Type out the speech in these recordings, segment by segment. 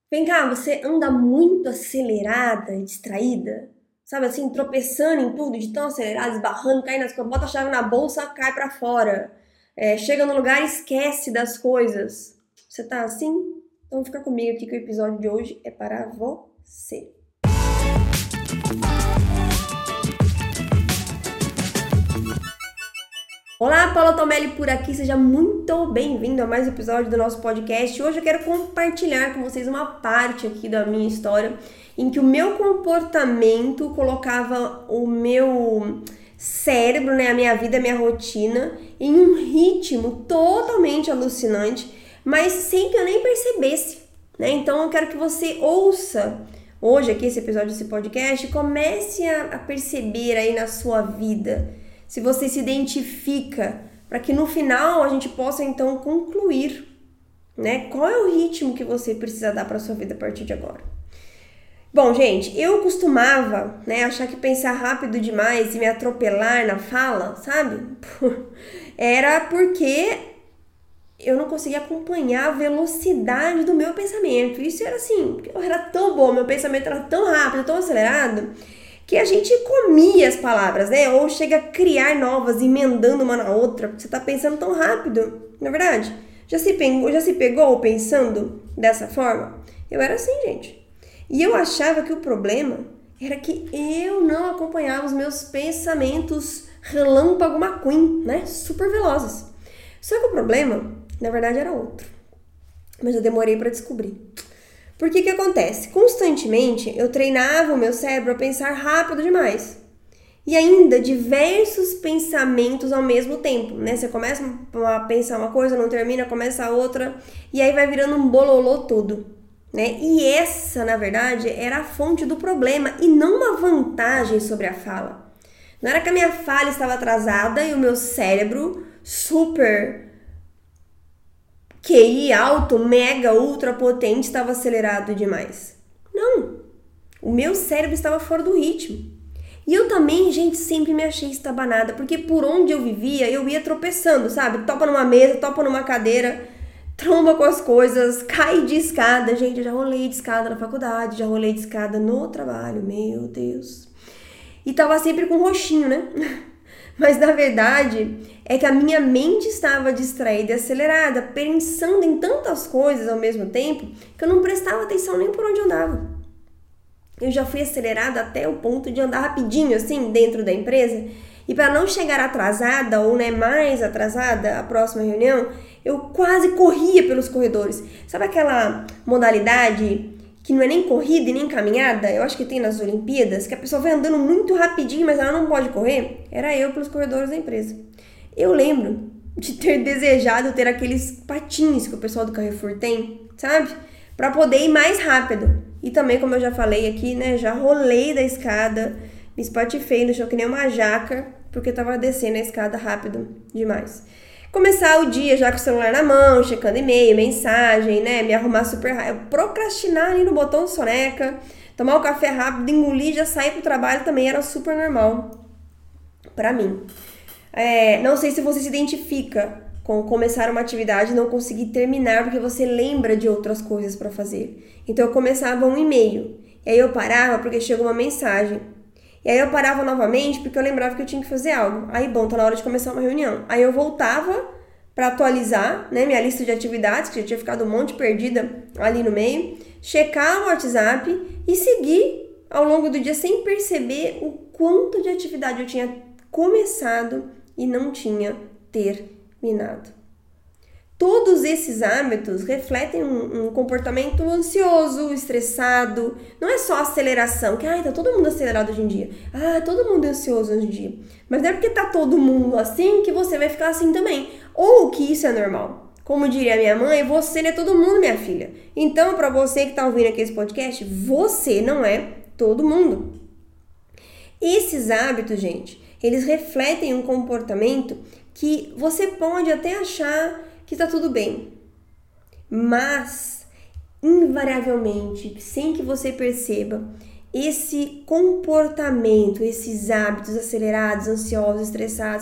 Vem cá, você anda muito acelerada e distraída? Sabe assim, tropeçando em tudo, de tão acelerada, esbarrando, caindo nas coisas, bota a chave na bolsa, cai pra fora. Chega no lugar e esquece das coisas. Você tá assim? Então fica comigo aqui que o episódio de hoje é para você. Olá, Paula Tomelli por aqui, seja muito bem-vindo a mais um episódio do nosso podcast. Hoje eu quero compartilhar com vocês uma parte aqui da minha história em que o meu comportamento colocava o meu cérebro, né, a minha vida, a minha rotina em um ritmo totalmente alucinante, mas sem que eu nem percebesse, né? Então eu quero que você ouça hoje aqui esse episódio desse podcast e comece a perceber aí na sua vida se você se identifica, para que no final a gente possa então concluir, né? Qual é o ritmo que você precisa dar para sua vida a partir de agora? Bom, gente, eu costumava, né, achar que pensar rápido demais e me atropelar na fala, sabe? Era porque eu não conseguia acompanhar a velocidade do meu pensamento. Isso era assim, eu era tão bom, meu pensamento era tão rápido, tão acelerado, que a gente comia as palavras, né? Ou chega a criar novas, emendando uma na outra, porque você tá pensando tão rápido, não é verdade? Já se pegou pensando dessa forma? Eu era assim, gente. E eu achava que o problema era que eu não acompanhava os meus pensamentos relâmpago McQueen, né? Super velozes. Só que o problema, na verdade, era outro. Mas eu demorei para descobrir. Porque que acontece? Constantemente eu treinava o meu cérebro a pensar rápido demais. E ainda diversos pensamentos ao mesmo tempo, né? Você começa a pensar uma coisa, não termina, começa a outra, e aí vai virando um bololô todo, né? E essa, na verdade, era a fonte do problema e não uma vantagem sobre a fala. Não era que a minha fala estava atrasada e o meu cérebro super QI alto, mega, ultra potente, estava acelerado demais. Não, o meu cérebro estava fora do ritmo. E eu também, gente, sempre me achei estabanada, porque por onde eu vivia, eu ia tropeçando, sabe? Topa numa mesa, topa numa cadeira, tromba com as coisas, cai de escada. Gente, eu já rolei de escada na faculdade, já rolei de escada no trabalho, meu Deus. E tava sempre com roxinho, né? Mas na verdade é que a minha mente estava distraída e acelerada, pensando em tantas coisas ao mesmo tempo que eu não prestava atenção nem por onde eu andava. Eu já fui acelerada até o ponto de andar rapidinho assim dentro da empresa e para não chegar atrasada ou né, mais atrasada à próxima reunião, eu quase corria pelos corredores. Sabe aquela modalidade que não é nem corrida e nem caminhada, eu acho que tem nas Olimpíadas, que a pessoa vai andando muito rapidinho, mas ela não pode correr? Era eu pelos corredores da empresa. Eu lembro de ter desejado ter aqueles patins que o pessoal do Carrefour tem, sabe? Pra poder ir mais rápido. E também, como eu já falei aqui, né, já rolei da escada, me espatifei no chão que nem uma jaca, porque tava descendo a escada rápido demais. Começar o dia já com o celular na mão, checando e-mail, mensagem, né? Me arrumar super rápido. Procrastinar ali no botão soneca, tomar um café rápido, engolir, já sair pro trabalho também era super normal pra mim. Não sei se você se identifica com começar uma atividade e não conseguir terminar porque você lembra de outras coisas pra fazer. Então eu começava um e-mail, e aí eu parava porque chegou uma mensagem. E aí eu parava novamente porque eu lembrava que eu tinha que fazer algo. Aí, bom, tá na hora de começar uma reunião. Aí eu voltava para atualizar, né, minha lista de atividades, que já tinha ficado um monte perdida ali no meio, checar o WhatsApp e seguir ao longo do dia sem perceber o quanto de atividade eu tinha começado e não tinha terminado. Todos esses hábitos refletem um comportamento ansioso, estressado. Não é só aceleração, que tá todo mundo acelerado hoje em dia. Todo mundo é ansioso hoje em dia. Mas não é porque tá todo mundo assim que você vai ficar assim também. Ou que isso é normal. Como diria minha mãe, você não é todo mundo, minha filha. Então, para você que tá ouvindo aqui esse podcast, você não é todo mundo. Esses hábitos, gente, eles refletem um comportamento que você pode até achar que tá tudo bem, mas invariavelmente, sem que você perceba, esse comportamento, esses hábitos acelerados, ansiosos, estressados,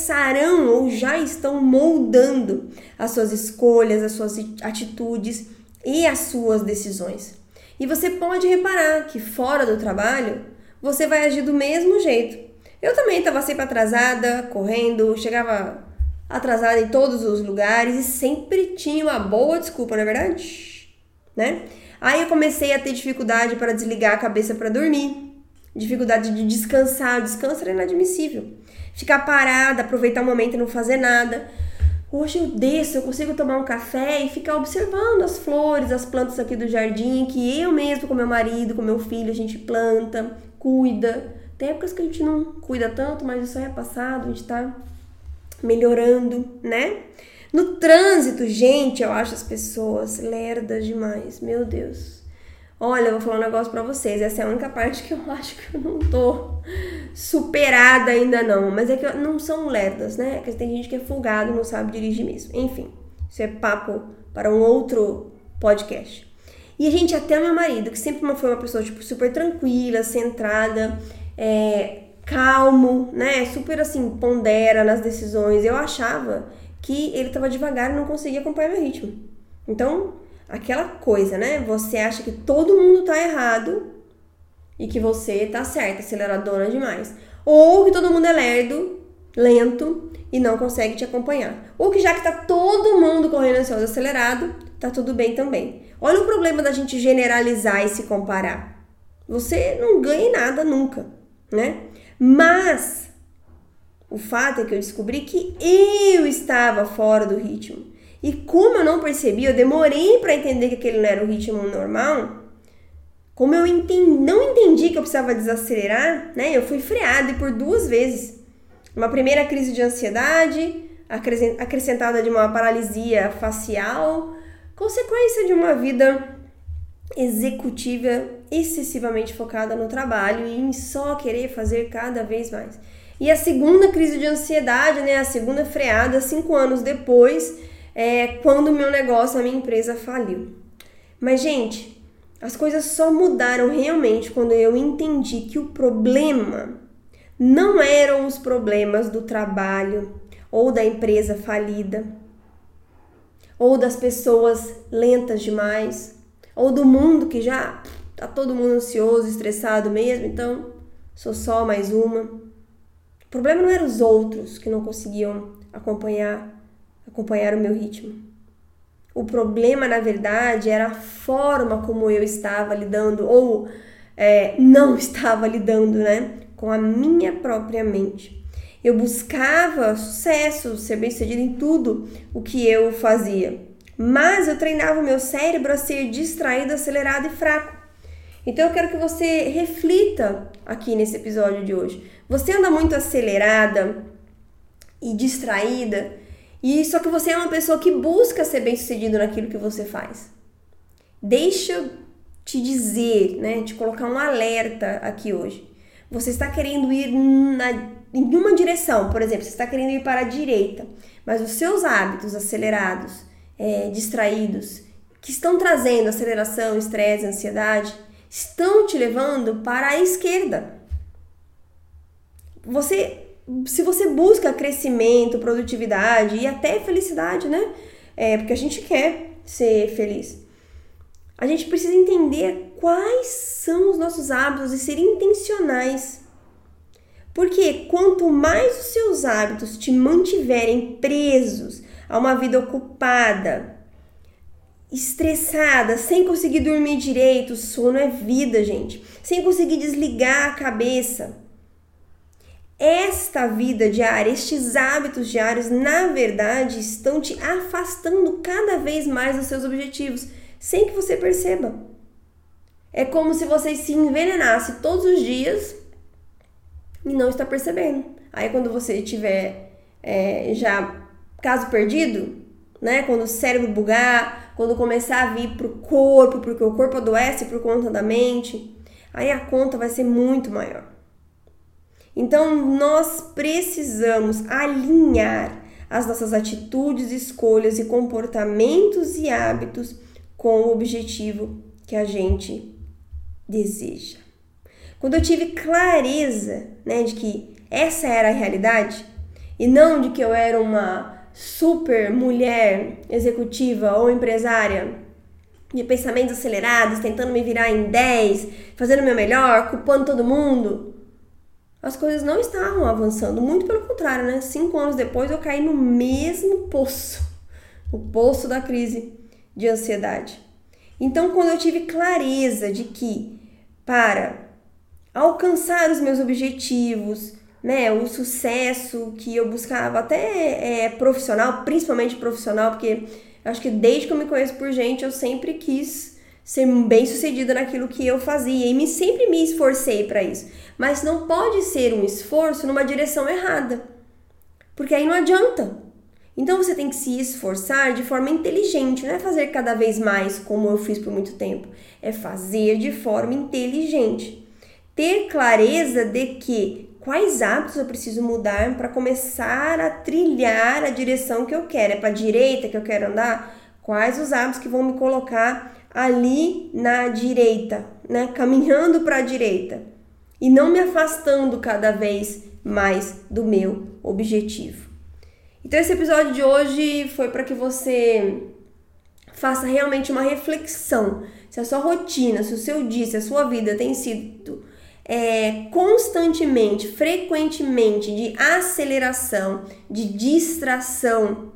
começarão ou já estão moldando as suas escolhas, as suas atitudes e as suas decisões. E você pode reparar que fora do trabalho, você vai agir do mesmo jeito. Eu também estava sempre atrasada, correndo, chegava atrasada em todos os lugares e sempre tinha uma boa desculpa, não é verdade? Né? Aí eu comecei a ter dificuldade para desligar a cabeça para dormir, dificuldade de descansar, o descanso era inadmissível. Ficar parada, aproveitar o momento e não fazer nada. Hoje eu desço, eu consigo tomar um café e ficar observando as flores, as plantas aqui do jardim, que eu mesmo com meu marido, com meu filho, a gente planta, cuida. Tem épocas que a gente não cuida tanto, mas isso aí é passado, a gente tá melhorando, né? No trânsito, gente, eu acho as pessoas lerdas demais, meu Deus. Olha, eu vou falar um negócio pra vocês, essa é a única parte que eu acho que eu não tô superada ainda não, mas é que não são lerdas, né? É que tem gente que é folgado e não sabe dirigir mesmo. Enfim, isso é papo para um outro podcast. E a gente, até o meu marido, que sempre foi uma pessoa tipo, super tranquila, centrada, calmo, né? Super assim, pondera nas decisões. Eu achava que ele tava devagar e não conseguia acompanhar meu ritmo. Então, aquela coisa, né? Você acha que todo mundo tá errado e que você tá certa, aceleradora demais. Ou que todo mundo é lerdo, lento e não consegue te acompanhar. Ou que já que tá todo mundo correndo ansioso acelerado, tá tudo bem também. Olha o problema da gente generalizar e se comparar. Você não ganha em nada nunca, né? Mas o fato é que eu descobri que eu estava fora do ritmo. E como eu não percebi, eu demorei para entender que aquele não era o ritmo normal. Como eu não entendi que eu precisava desacelerar, né? Eu fui freada e por 2 vezes. Uma primeira crise de ansiedade, acrescentada de uma paralisia facial, consequência de uma vida executiva excessivamente focada no trabalho e em só querer fazer cada vez mais. E a segunda crise de ansiedade, né? A segunda freada, 5 anos depois, quando o meu negócio, a minha empresa faliu. Mas, gente, as coisas só mudaram realmente quando eu entendi que o problema não eram os problemas do trabalho ou da empresa falida, ou das pessoas lentas demais, ou do mundo que já tá todo mundo ansioso, estressado mesmo, então sou só mais uma. O problema não eram os outros que não conseguiam acompanhar o meu ritmo. O problema, na verdade, era a forma como eu estava lidando, ou não estava lidando, né, com a minha própria mente. Eu buscava sucesso, ser bem-sucedido em tudo o que eu fazia, mas eu treinava o meu cérebro a ser distraído, acelerado e fraco. Então eu quero que você reflita aqui nesse episódio de hoje. Você anda muito acelerada e distraída, e só que você é uma pessoa que busca ser bem-sucedido naquilo que você faz. Deixa eu te dizer, né, te colocar um alerta aqui hoje. Você está querendo ir em uma direção, por exemplo, você está querendo ir para a direita, mas os seus hábitos acelerados, distraídos, que estão trazendo aceleração, estresse, ansiedade, estão te levando para a esquerda. Se você busca crescimento, produtividade e até felicidade, né? Porque a gente quer ser feliz. A gente precisa entender quais são os nossos hábitos e ser intencionais. Porque quanto mais os seus hábitos te mantiverem presos a uma vida ocupada, estressada, sem conseguir dormir direito, sono é vida, gente, sem conseguir desligar a cabeça. Esta vida diária, estes hábitos diários, na verdade, estão te afastando cada vez mais dos seus objetivos, sem que você perceba. É como se você se envenenasse todos os dias e não está percebendo. Aí quando você tiver já caso perdido, né? Quando o cérebro bugar, quando começar a vir pro corpo, porque o corpo adoece por conta da mente, aí a conta vai ser muito maior. Então nós precisamos alinhar as nossas atitudes, escolhas e comportamentos e hábitos com o objetivo que a gente deseja. Quando eu tive clareza, né, de que essa era a realidade e não de que eu era uma super mulher executiva ou empresária de pensamentos acelerados, tentando me virar em 10, fazendo o meu melhor, culpando todo mundo, as coisas não estavam avançando. Muito pelo contrário, né? 5 anos depois eu caí no mesmo poço, o poço da crise de ansiedade. Então, quando eu tive clareza de que para alcançar os meus objetivos, né, o sucesso que eu buscava até profissional, principalmente profissional, porque eu acho que desde que eu me conheço por gente, eu sempre quis ser bem sucedida naquilo que eu fazia e sempre me esforcei para isso. Mas não pode ser um esforço numa direção errada, porque aí não adianta. Então você tem que se esforçar de forma inteligente, não é fazer cada vez mais como eu fiz por muito tempo, é fazer de forma inteligente. Ter clareza de que quais hábitos eu preciso mudar para começar a trilhar a direção que eu quero. É para a direita que eu quero andar? Quais os hábitos que vão me colocar ali na direita, né? Caminhando para a direita e não me afastando cada vez mais do meu objetivo. Então esse episódio de hoje foi para que você faça realmente uma reflexão. Se a sua rotina, se o seu dia, se a sua vida tem sido constantemente, frequentemente de aceleração, de distração,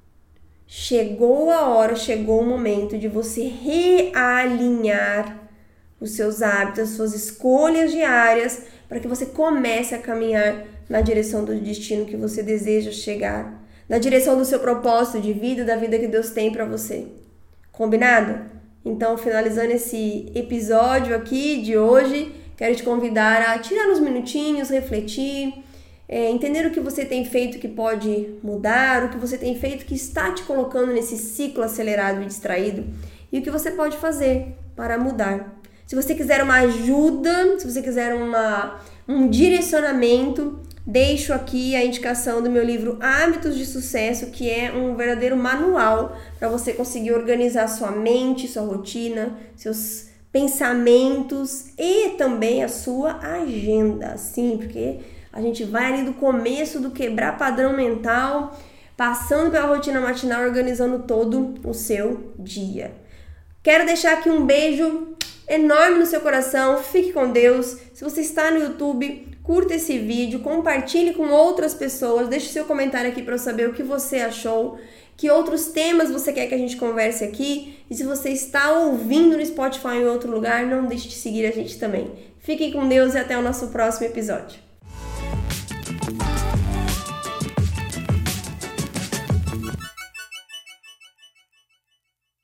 chegou a hora, chegou o momento de você realinhar os seus hábitos, as suas escolhas diárias, para que você comece a caminhar na direção do destino que você deseja chegar, na direção do seu propósito de vida, da vida que Deus tem para você. Combinado? Então, finalizando esse episódio aqui de hoje, quero te convidar a tirar uns minutinhos, refletir, entender o que você tem feito que pode mudar, o que você tem feito que está te colocando nesse ciclo acelerado e distraído e o que você pode fazer para mudar. Se você quiser uma ajuda, se você quiser um direcionamento, deixo aqui a indicação do meu livro Hábitos de Sucesso, que é um verdadeiro manual para você conseguir organizar sua mente, sua rotina, seus pensamentos e também a sua agenda. Sim, porque a gente vai ali do começo do quebrar padrão mental, passando pela rotina matinal, organizando todo o seu dia. Quero deixar aqui um beijo enorme no seu coração, fique com Deus. Se você está no YouTube, curta esse vídeo, compartilhe com outras pessoas, deixe seu comentário aqui para eu saber o que você achou, que outros temas você quer que a gente converse aqui, e se você está ouvindo no Spotify ou em outro lugar, não deixe de seguir a gente também. Fiquem com Deus e até o nosso próximo episódio.